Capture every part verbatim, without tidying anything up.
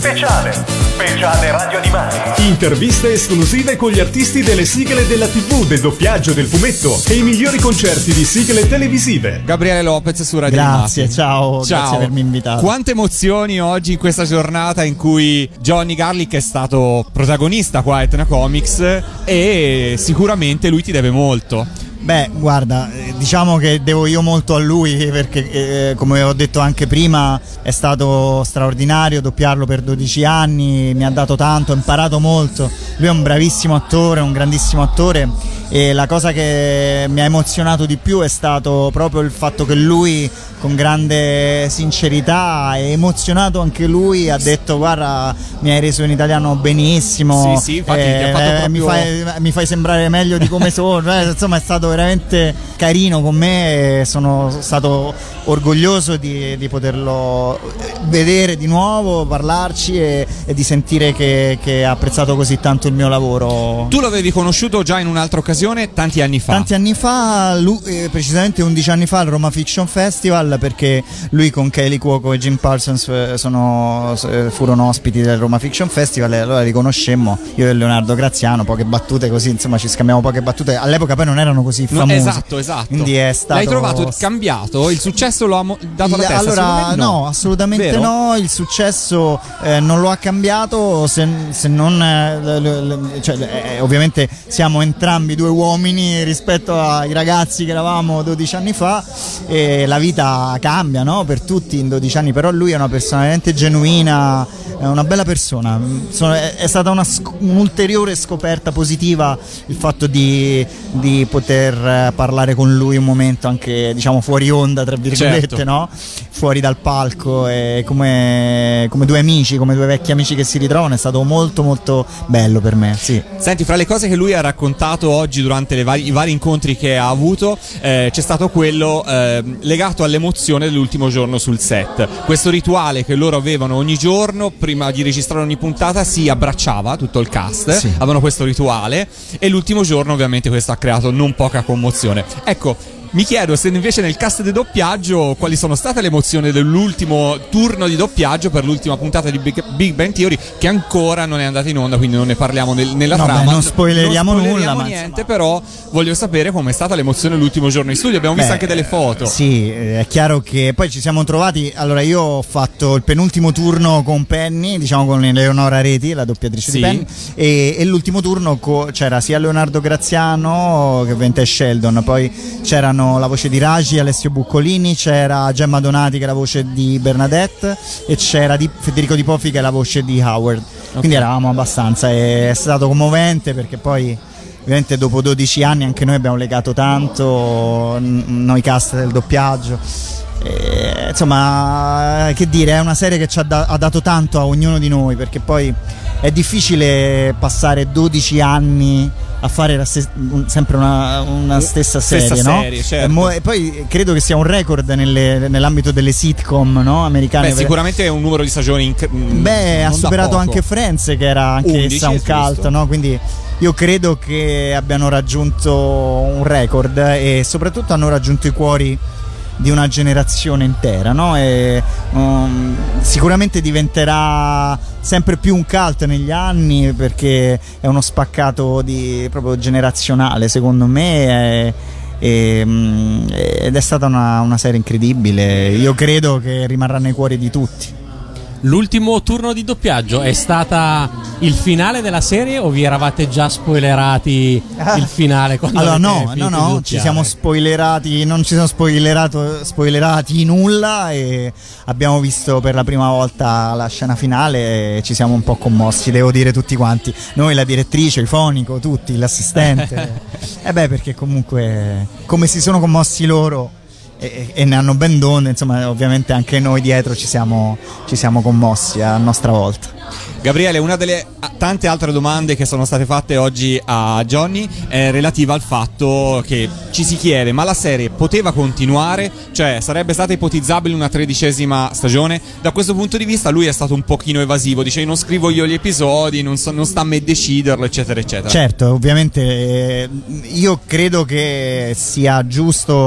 Speciale, speciale radio animati. Interviste esclusive con gli artisti delle sigle della tivù, del doppiaggio, del fumetto e i migliori concerti di sigle televisive. Gabriele Lopez su Radio Grazie, Animati. ciao, ciao, grazie di avermi invitato. Quante emozioni oggi in questa giornata in cui Johnny Garlic è stato protagonista qua a Etna Comics e sicuramente lui ti deve molto. Beh, guarda, diciamo che devo io molto a lui perché eh, come ho detto anche prima è stato straordinario doppiarlo per dodici anni, mi ha dato tanto, ho imparato molto. Lui è un bravissimo attore, un grandissimo attore e la cosa che mi ha emozionato di più è stato proprio il fatto che lui con grande sincerità e emozionato anche lui ha detto guarda mi hai reso in italiano benissimo, sì sì infatti eh, ha fatto proprio... mi, fai, mi fai sembrare meglio di come sono, eh, insomma è stato veramente carino con me e sono stato orgoglioso di, di poterlo vedere di nuovo, parlarci e, e di sentire che, che ha apprezzato così tanto il mio lavoro. Tu l'avevi conosciuto già in un'altra occasione tanti anni fa? Tanti anni fa, lui, eh, precisamente undici anni fa al Roma Fiction Festival, perché lui con Kelly Cuoco e Jim Parsons eh, sono, eh, furono ospiti del Roma Fiction Festival e allora li conoscemmo, io e Leonardo Graziano, poche battute così, insomma ci scambiamo poche battute, all'epoca poi non erano così famosi. No, esatto, esatto. Quindi è stato... L'hai trovato cambiato? Il successo lo ha mo- dato alla testa? Allora no. no, assolutamente Vero? no, il successo eh, non lo ha cambiato se, se non eh, le, le, cioè, eh, ovviamente siamo entrambi due uomini rispetto ai ragazzi che eravamo dodici anni fa e la vita cambia, no? Per tutti in dodici anni, però lui è una persona veramente genuina, è una bella persona. Sono, è, è stata una, un'ulteriore scoperta positiva il fatto di, di poter parlare con lui un momento anche diciamo fuori onda tra virgolette, certo. No? Fuori dal palco e come, come due amici, come due vecchi amici che si ritrovano, è stato molto molto bello per me, sì. Senti, fra le cose che lui ha raccontato oggi durante le vari, i vari incontri che ha avuto eh, c'è stato quello eh, legato all'emozione dell'ultimo giorno sul set. Questo rituale che loro avevano ogni giorno prima di registrare ogni puntata, si abbracciava tutto il cast, sì. Avevano questo rituale e l'ultimo giorno ovviamente questo ha creato non poca commozione. Ecco, mi chiedo se invece nel cast di doppiaggio quali sono state le emozioni dell'ultimo turno di doppiaggio per l'ultima puntata di Big, Big Bang Theory, che ancora non è andata in onda, quindi non ne parliamo nel, nella no, trama. Beh, non spoileriamo, non spoileriamo nulla, ma niente, insomma... però voglio sapere com'è stata l'emozione l'ultimo giorno in studio. Abbiamo beh, visto anche delle foto. Sì, è chiaro che poi ci siamo trovati. Allora, io ho fatto il penultimo turno con Penny, diciamo con Eleonora Reti, la doppiatrice sì. di Penny, e, e l'ultimo turno co- c'era sia Leonardo Graziano che ovviamente è Sheldon, poi c'erano la voce di Raj, Alessio Buccolini, c'era Gemma Donati che è la voce di Bernadette e c'era di Federico Di Poffi che è la voce di Howard, okay. Quindi eravamo abbastanza, e è stato commovente perché poi ovviamente dopo dodici anni anche noi abbiamo legato tanto, n- noi cast del doppiaggio. E, insomma, che dire, è una serie che ci ha, da- ha dato tanto a ognuno di noi, perché poi è difficile passare dodici anni a fare la stes- sempre una, una stessa serie, stessa no? serie, certo. E, mo- e poi credo che sia un record nelle, nell'ambito delle sitcom, no? Americane. Beh, sicuramente è un numero di stagioni inc- Beh, ha superato anche Friends, che era anche essa un cult, no? Quindi io credo che abbiano raggiunto un record e soprattutto hanno raggiunto i cuori di una generazione intera, no? E um, sicuramente diventerà sempre più un cult negli anni perché è uno spaccato di, proprio generazionale secondo me, e, e, um, ed è stata una, una serie incredibile. Io credo che rimarrà nei cuori di tutti. L'ultimo turno di doppiaggio è stata il finale della serie o vi eravate già spoilerati il finale? Allora no, no, no, ci siamo spoilerati, non ci siamo spoilerato, spoilerati nulla e abbiamo visto per la prima volta la scena finale e ci siamo un po' commossi, devo dire tutti quanti, noi, la direttrice, il fonico, tutti, l'assistente. E beh, perché comunque come si sono commossi loro e, e ne hanno ben donde, insomma ovviamente anche noi dietro ci siamo, ci siamo commossi a nostra volta. Gabriele, una delle tante altre domande che sono state fatte oggi a Johnny è relativa al fatto che ci si chiede: ma la serie poteva continuare? Cioè, sarebbe stata ipotizzabile una tredicesima stagione? Da questo punto di vista lui è stato un pochino evasivo, dice: non scrivo io gli episodi, non, so, non sta a me deciderlo, eccetera eccetera. Certo, ovviamente eh, io credo che sia giusto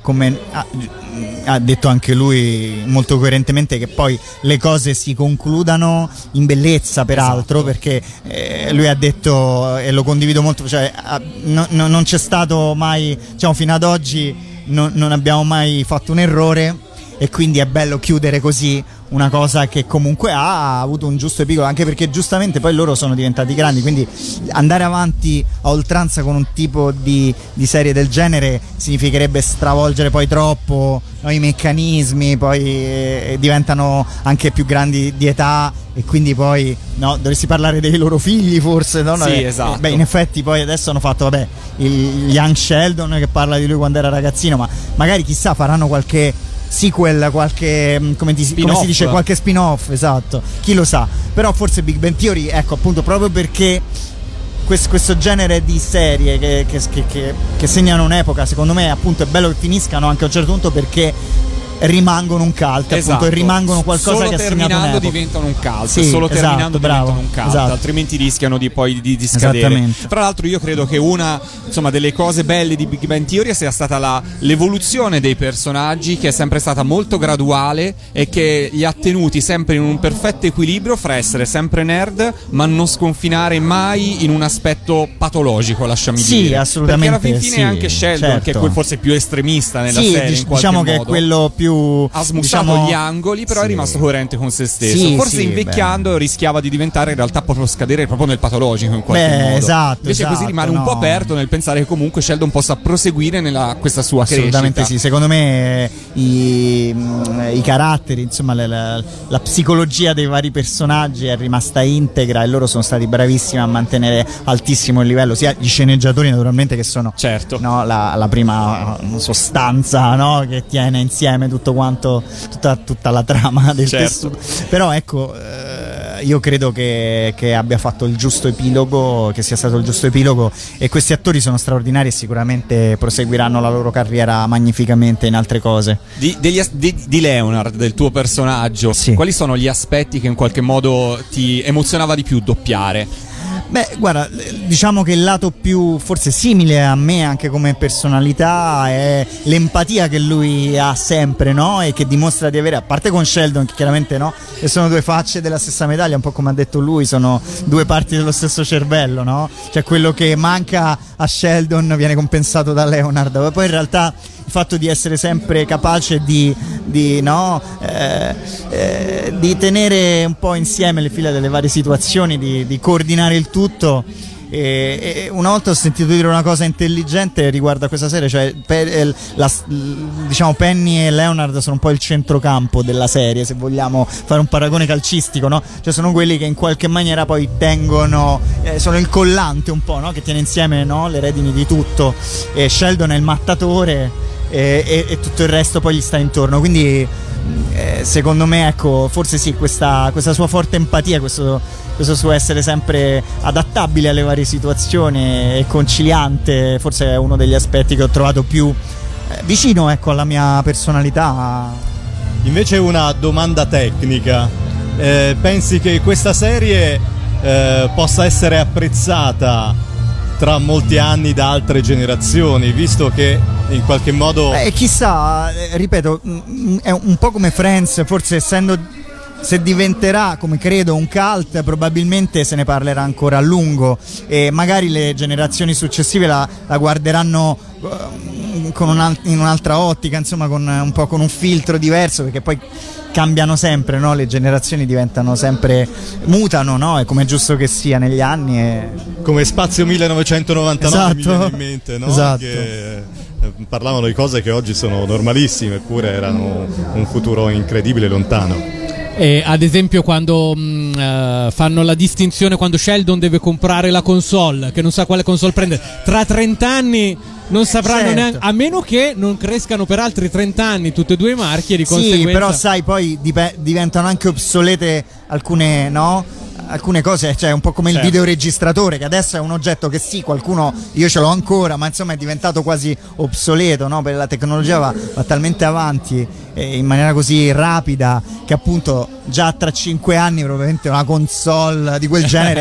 come ha, ha detto anche lui molto coerentemente, che poi le cose si concludano in bellezza, peraltro, esatto. Perché eh, lui ha detto, e lo condivido molto, cioè ha, no, no, non c'è stato mai, diciamo, fino ad oggi no, non abbiamo mai fatto un errore, e quindi è bello chiudere così una cosa che comunque ha avuto un giusto epilogo, anche perché giustamente poi loro sono diventati grandi, quindi andare avanti a oltranza con un tipo di, di serie del genere significherebbe stravolgere poi troppo, no, i meccanismi, poi eh, diventano anche più grandi di età, e quindi poi no, dovresti parlare dei loro figli forse, no? Sì, eh, esatto. Beh, in effetti poi adesso hanno fatto, vabbè, il Young Sheldon che parla di lui quando era ragazzino, ma magari chissà faranno qualche sequel, qualche come, ti, come si dice, qualche spin-off, esatto, chi lo sa. Però forse Big Bang Theory, ecco, appunto, proprio perché questo, questo genere di serie che, che, che, che segnano un'epoca, secondo me appunto è bello che finiscano anche a un certo punto, perché rimangono un cult, esatto. Appunto, e rimangono qualcosa solo che ha segnato un'epoca. Terminando diventano un cult, sì, solo esatto, terminando bravo, diventano un cult, esatto. altrimenti rischiano di poi di, di scadere. Tra l'altro io credo che una, insomma, delle cose belle di Big Bang Theory sia stata la, l'evoluzione dei personaggi, che è sempre stata molto graduale e che li ha tenuti sempre in un perfetto equilibrio fra essere sempre nerd ma non sconfinare mai in un aspetto patologico, lasciami sì, dire. Assolutamente, perché alla fin fine sì, anche Sheldon, certo. che è quel forse più estremista nella sì, serie, dic- in qualche diciamo modo, che è quello più ha smussato diciamo... gli angoli, però sì. è rimasto coerente con se stesso. Sì, forse sì, invecchiando beh. rischiava di diventare in realtà proprio scadere proprio nel patologico in qualche beh, modo. esatto, Invece esatto, così rimane no. un po' aperto nel pensare che comunque Sheldon possa proseguire nella questa sua assolutamente crescita. Sì, secondo me i, i caratteri, insomma la, la, la psicologia dei vari personaggi è rimasta integra, e loro sono stati bravissimi a mantenere altissimo il livello, sia gli sceneggiatori naturalmente, che sono certo. no, la, la prima sostanza, no, che tiene insieme tutto quanto, tutta, tutta la trama del certo. tessuto. Però ecco, eh, io credo che, che abbia fatto il giusto epilogo, che sia stato il giusto epilogo, e questi attori sono straordinari e sicuramente proseguiranno la loro carriera magnificamente in altre cose. Di, degli, di, di Leonard, del tuo personaggio, sì. Quali sono gli aspetti che in qualche modo ti emozionava di più doppiare? Beh, guarda, diciamo che il lato più forse simile a me anche come personalità è l'empatia che lui ha sempre, no? E che dimostra di avere, a parte con Sheldon, che chiaramente no, che sono due facce della stessa medaglia, un po' come ha detto lui, sono due parti dello stesso cervello, no? Cioè quello che manca a Sheldon viene compensato da Leonard. Poi in realtà il fatto di essere sempre capace di, di, no, eh, eh, di tenere un po' insieme le fila delle varie situazioni, di, di coordinare il tutto. E, e una volta ho sentito dire una cosa intelligente riguardo a questa serie, cioè pe, la, diciamo Penny e Leonard sono un po' il centrocampo della serie, se vogliamo fare un paragone calcistico, no? Cioè sono quelli che in qualche maniera poi tengono, eh, sono il collante un po', no? Che tiene insieme, no? Le redini di tutto, e Sheldon è il mattatore e, e, e tutto il resto poi gli sta intorno, quindi eh, secondo me, ecco, forse sì, questa, questa sua forte empatia, questo, questo suo essere sempre adattabile alle varie situazioni e conciliante, forse è uno degli aspetti che ho trovato più eh, vicino, ecco, alla mia personalità. Invece una domanda tecnica, eh, pensi che questa serie eh, possa essere apprezzata tra molti anni da altre generazioni, visto che in qualche modo e eh, chissà, eh, ripeto, mh, è un po' come Friends, forse essendo, se diventerà, come credo, un cult, probabilmente se ne parlerà ancora a lungo, e magari le generazioni successive la, la guarderanno uh, con un, in un'altra ottica, insomma, con un po' con un filtro diverso, perché poi cambiano sempre, no? Le generazioni diventano sempre, mutano, no? È come è giusto che sia negli anni, e... come Spazio millenovecentonovantanove, esatto. mi viene in mente, no? Esatto. Che eh, parlavano di cose che oggi sono normalissime, eppure erano un futuro incredibile, lontano. E ad esempio quando mh, uh, fanno la distinzione, quando Sheldon deve comprare la console, che non sa quale console prendere, tra trenta anni non sapranno certo. neanche, a meno che non crescano per altri trenta anni tutte e due i marchi, e di conseguenza... Sì, però sai, poi dip- diventano anche obsolete alcune, no? Alcune cose, cioè un po' come certo. il videoregistratore, che adesso è un oggetto che sì, qualcuno, io ce l'ho ancora, ma insomma è diventato quasi obsoleto, no? Perché la tecnologia va, va talmente avanti eh, in maniera così rapida che appunto già tra cinque anni probabilmente una console di quel genere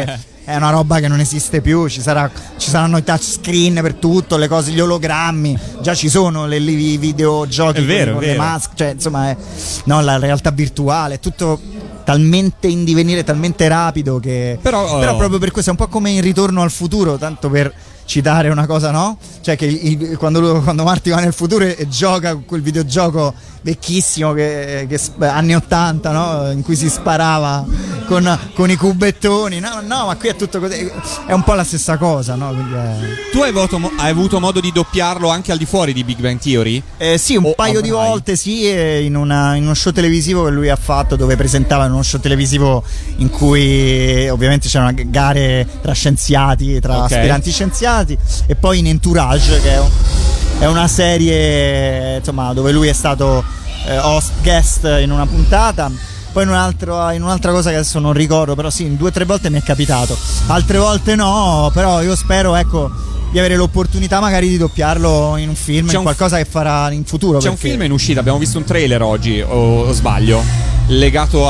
è una roba che non esiste più, ci, sarà, ci saranno i touchscreen per tutto, le cose, gli ologrammi, già ci sono le, i videogiochi È vero, con è le vero. maschere, cioè insomma è, no, la realtà virtuale, è tutto talmente in divenire, talmente rapido che Però, però oh. proprio per questo è un po' come in Ritorno al futuro, tanto per citare una cosa, no? Cioè che il, quando, lui, quando Marty va nel futuro e, e gioca quel videogioco vecchissimo che, che anni ottanta, no? In cui si sparava con, con i cubettoni, no, no, ma qui è tutto così, è un po' la stessa cosa, no? Quindi è... Tu hai avuto, mo- hai avuto modo di doppiarlo anche al di fuori di Big Bang Theory? Eh, sì, un O paio di avrai? volte sì, eh, in, una, in uno show televisivo che lui ha fatto, dove presentava in uno show televisivo in cui ovviamente c'erano gare tra scienziati, tra Ok. aspiranti scienziati, e poi in Entourage, che è, un- è una serie insomma dove lui è stato eh, host guest in una puntata. Poi in, un altro, in un'altra cosa che adesso non ricordo, però sì, in due o tre volte mi è capitato, altre volte no, però io spero, ecco, di avere l'opportunità magari di doppiarlo in un film, C'è in un qualcosa che farà in futuro. C'è un perché- film in uscita, abbiamo visto un trailer oggi, o, o sbaglio, legato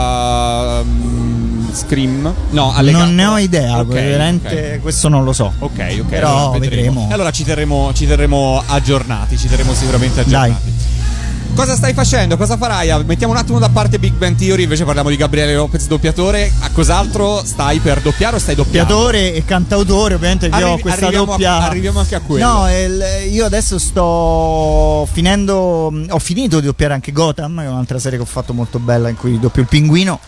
a um, Scream? No, allegato... Non ne ho idea, Ok, veramente ok. questo non lo so. Ok, ok, Però allora vedremo. E allora ci terremo, ci terremo aggiornati, ci terremo sicuramente aggiornati. Cosa stai facendo? Cosa farai? Mettiamo un attimo da parte Big Bang Theory, invece parliamo di Gabriele Lopez, doppiatore. A cos'altro stai per doppiare o stai doppiando? Doppiatore e cantautore, ovviamente io ho Arrivi- questa arriviamo a- doppia. arriviamo anche a quello. No, il- io adesso sto finendo. Ho finito di doppiare anche Gotham, che è un'altra serie che ho fatto molto bella in cui doppio il pinguino.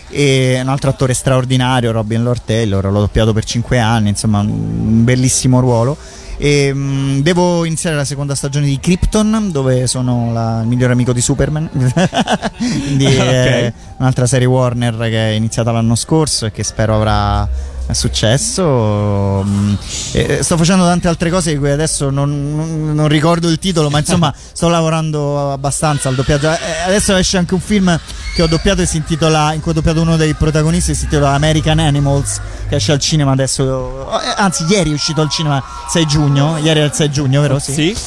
E un altro attore straordinario, Robin Lord Taylor, l'ho doppiato per cinque anni, insomma, un bellissimo ruolo. E mh, devo iniziare la seconda stagione di Krypton, dove sono la- il migliore amico di Superman. Quindi è un'altra serie Warner che è iniziata l'anno scorso e che spero avrà successo. Mh, e sto facendo tante altre cose di cui adesso non, non- non ricordo il titolo, ma insomma sto lavorando abbastanza al doppiaggio. Eh, adesso esce anche un film che ho doppiato e si intitola, in cui ho doppiato uno dei protagonisti, si intitola American Animals, che esce al cinema adesso, eh, anzi ieri è uscito al cinema, sei giugno, ieri è il sei giugno, vero? Sì. Sì.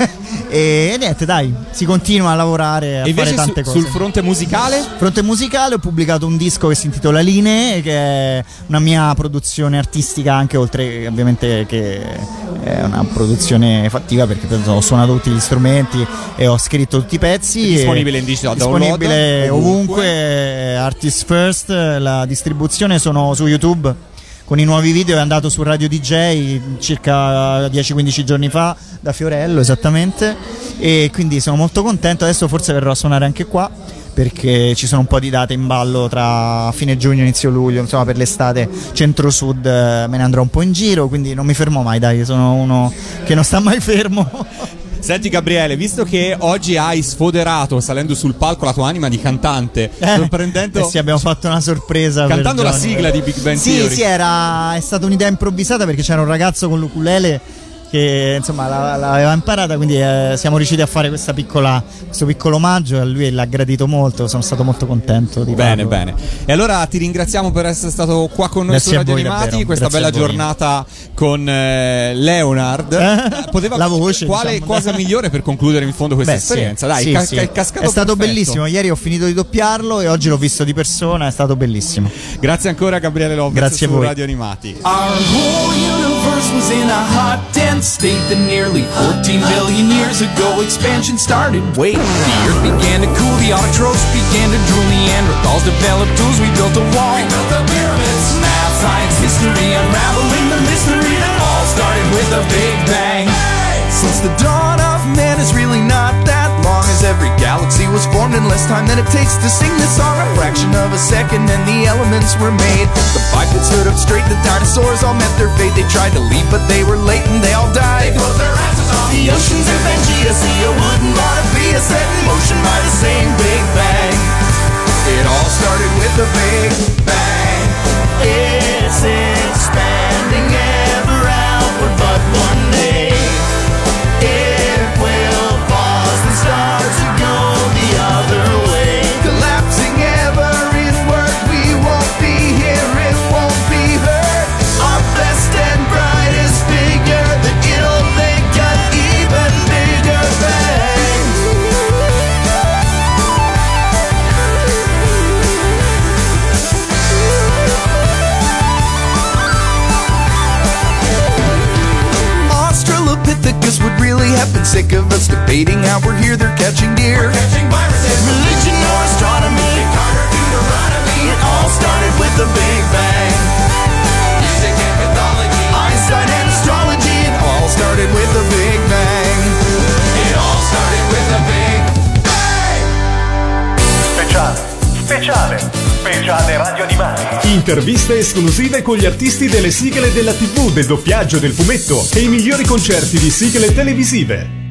E, e niente, dai, si continua a lavorare, a E fare invece tante su- cose. sul fronte musicale? Fronte musicale ho pubblicato un disco che si intitola Linee, che è una mia produzione artistica, anche oltre ovviamente che è una produzione fattiva, perché ho suonato tutti gli strumenti e ho scritto tutti i pezzi. È disponibile in digital disponibile download, ovunque, ovunque. Artist First, la distribuzione sono su YouTube. Con i nuovi video è andato su Radio D J circa dieci quindici giorni fa, da Fiorello esattamente, e quindi sono molto contento. Adesso forse verrò a suonare anche qua, perché ci sono un po' di date in ballo tra fine giugno e inizio luglio, insomma per l'estate centro-sud eh, me ne andrò un po' in giro, quindi non mi fermo mai, dai, sono uno che non sta mai fermo. Senti Gabriele, visto che oggi hai sfoderato salendo sul palco la tua anima di cantante, Eh, sorprendendo eh sì, abbiamo fatto una sorpresa cantando per la Johnny. sigla di Big Bang Sì, Theory. sì, era, è stata un'idea improvvisata, perché c'era un ragazzo con l'ukulele che insomma la- l'aveva imparata, quindi eh, siamo riusciti a fare questa piccola, questo piccolo omaggio, e a lui l'ha gradito molto, sono stato molto contento di Bene, farlo. bene. E allora ti ringraziamo per essere stato qua con noi Grazie su a Radio voi, Animati, davvero. questa Grazie bella a voi. giornata con eh, Leonard. Eh? Poteva, La voce, quale diciamo. cosa migliore per concludere in fondo questa Beh, sì, esperienza? Dai, sì, ca- sì. ca- è cascato è stato perfetto. bellissimo. Ieri ho finito di doppiarlo e oggi l'ho visto di persona, è stato bellissimo. Grazie ancora Gabriele Lopez Grazie a su voi. Radio Animati. Our whole universe was in a hot, dense state that nearly fourteen billion years ago expansion started. Wait, the earth began to cool, the autotrophs began to drool, Neanderthals developed tools, we built a wall. We built the pyramids. Math, science, history, unraveling the mystery that all started with a big bang. Since the dawn of man is really not that long, as every galaxy was formed in less time than it takes to sing this song. A fraction of a second and the elements were made. The bipeds stood up straight, the dinosaurs all met their fate. They tried to leave but they were late and they all died. They closed their asses off. The oceans of Pangea, see a wouldn't want to be a set in motion by the same Big Bang. It all started with a Big Bang. It's expanding ever outward, but one day it will pause and start to go the other way. Collapsing ever inward, we won't be here, it won't be heard. Our best and brightest figure, that it'll make an even bigger bang. that's debating how we're here, they're catching deer. Religion or astronomy, it all started with the Big Bang. Music and mythology, Einstein and astrology, it all started with the Big Bang. It all started with the Big Bang. Speciale, speciale, speciale Radio Animati. Interviste esclusive con gli artisti delle sigle della tivù, del doppiaggio, del fumetto e i migliori concerti di sigle televisive.